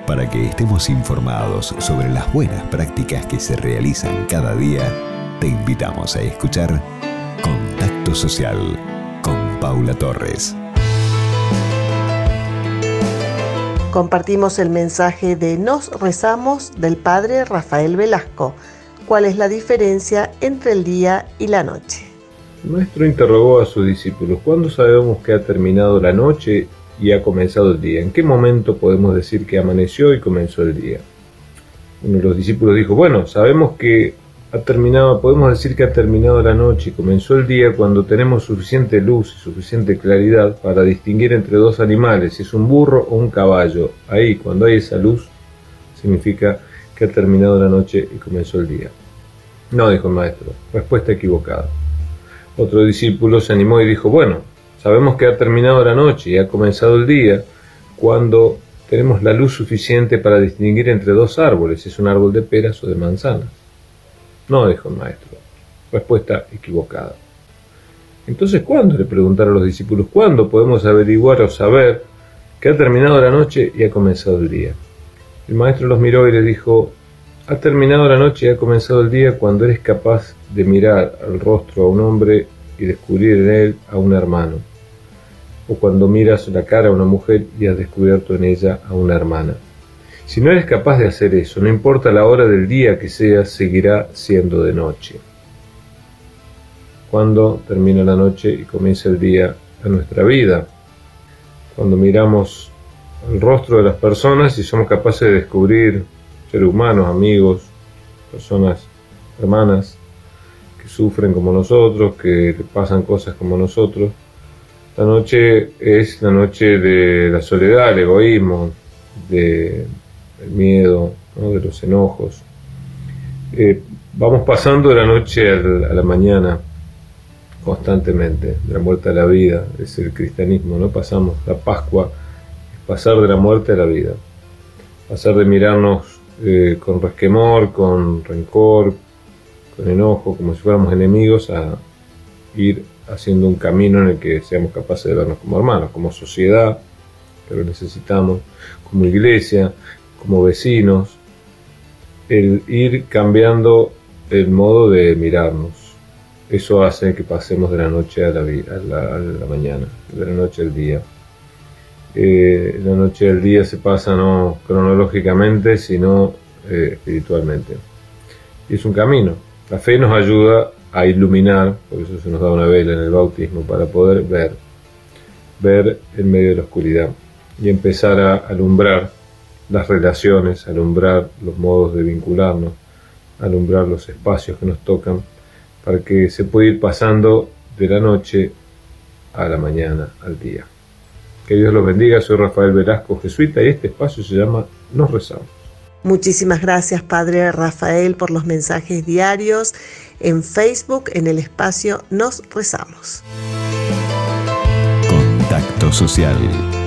Para que estemos informados sobre las buenas prácticas que se realizan cada día, te invitamos a escuchar Contacto Social con Paula Torres. Compartimos el mensaje de Nos Rezamos del padre Rafael Velasco. ¿Cuál es la diferencia entre el día y la noche? El maestro interrogó a sus discípulos: ¿cuándo sabemos que ha terminado la noche y ha comenzado el día? ¿En qué momento podemos decir que amaneció y comenzó el día? Uno de los discípulos dijo: bueno, sabemos que podemos decir que ha terminado la noche y comenzó el día cuando tenemos suficiente luz y suficiente claridad para distinguir entre dos animales, si es un burro o un caballo. Ahí, cuando hay esa luz, significa que ha terminado la noche y comenzó el día. No, dijo el maestro, respuesta equivocada. Otro discípulo se animó y dijo: bueno, sabemos que ha terminado la noche y ha comenzado el día cuando tenemos la luz suficiente para distinguir entre dos árboles, si es un árbol de peras o de manzanas. No, dijo el maestro, respuesta equivocada. Entonces, ¿cuándo? Le preguntaron los discípulos. ¿Cuándo podemos averiguar o saber que ha terminado la noche y ha comenzado el día? El maestro los miró y les dijo: ha terminado la noche y ha comenzado el día cuando eres capaz de mirar al rostro a un hombre y descubrir en él a un hermano, o cuando miras la cara a una mujer y has descubierto en ella a una hermana. Si no eres capaz de hacer eso, no importa la hora del día que sea, seguirá siendo de noche. ¿Cuándo termina la noche y comienza el día en nuestra vida? Cuando miramos el rostro de las personas y somos capaces de descubrir seres humanos, amigos, personas hermanas que sufren como nosotros, que le pasan cosas como nosotros. La noche es la noche de la soledad, el egoísmo, del miedo, ¿no? De los enojos. Vamos pasando de la noche a la mañana constantemente, de la muerte a la vida, es el cristianismo, ¿no? Pasamos la Pascua, es pasar de la muerte a la vida, pasar de mirarnos con resquemor, con rencor, con enojo, como si fuéramos enemigos, a ir haciendo un camino en el que seamos capaces de vernos como hermanos, como sociedad, que lo necesitamos, como iglesia, como vecinos, el ir cambiando el modo de mirarnos. Eso hace que pasemos de la noche a la mañana, de la noche al día. La noche al día se pasa no cronológicamente, sino espiritualmente. Y es un camino. La fe nos ayuda a iluminar, por eso se nos da una vela en el bautismo, para poder ver en medio de la oscuridad y empezar a alumbrar las relaciones, alumbrar los modos de vincularnos, alumbrar los espacios que nos tocan, para que se pueda ir pasando de la noche a la mañana, al día. Que Dios los bendiga. Soy Rafael Velasco, jesuita, y este espacio se llama Nos Rezamos. Muchísimas gracias, padre Rafael, por los mensajes diarios en Facebook, en el espacio Nos Rezamos. Contacto Social.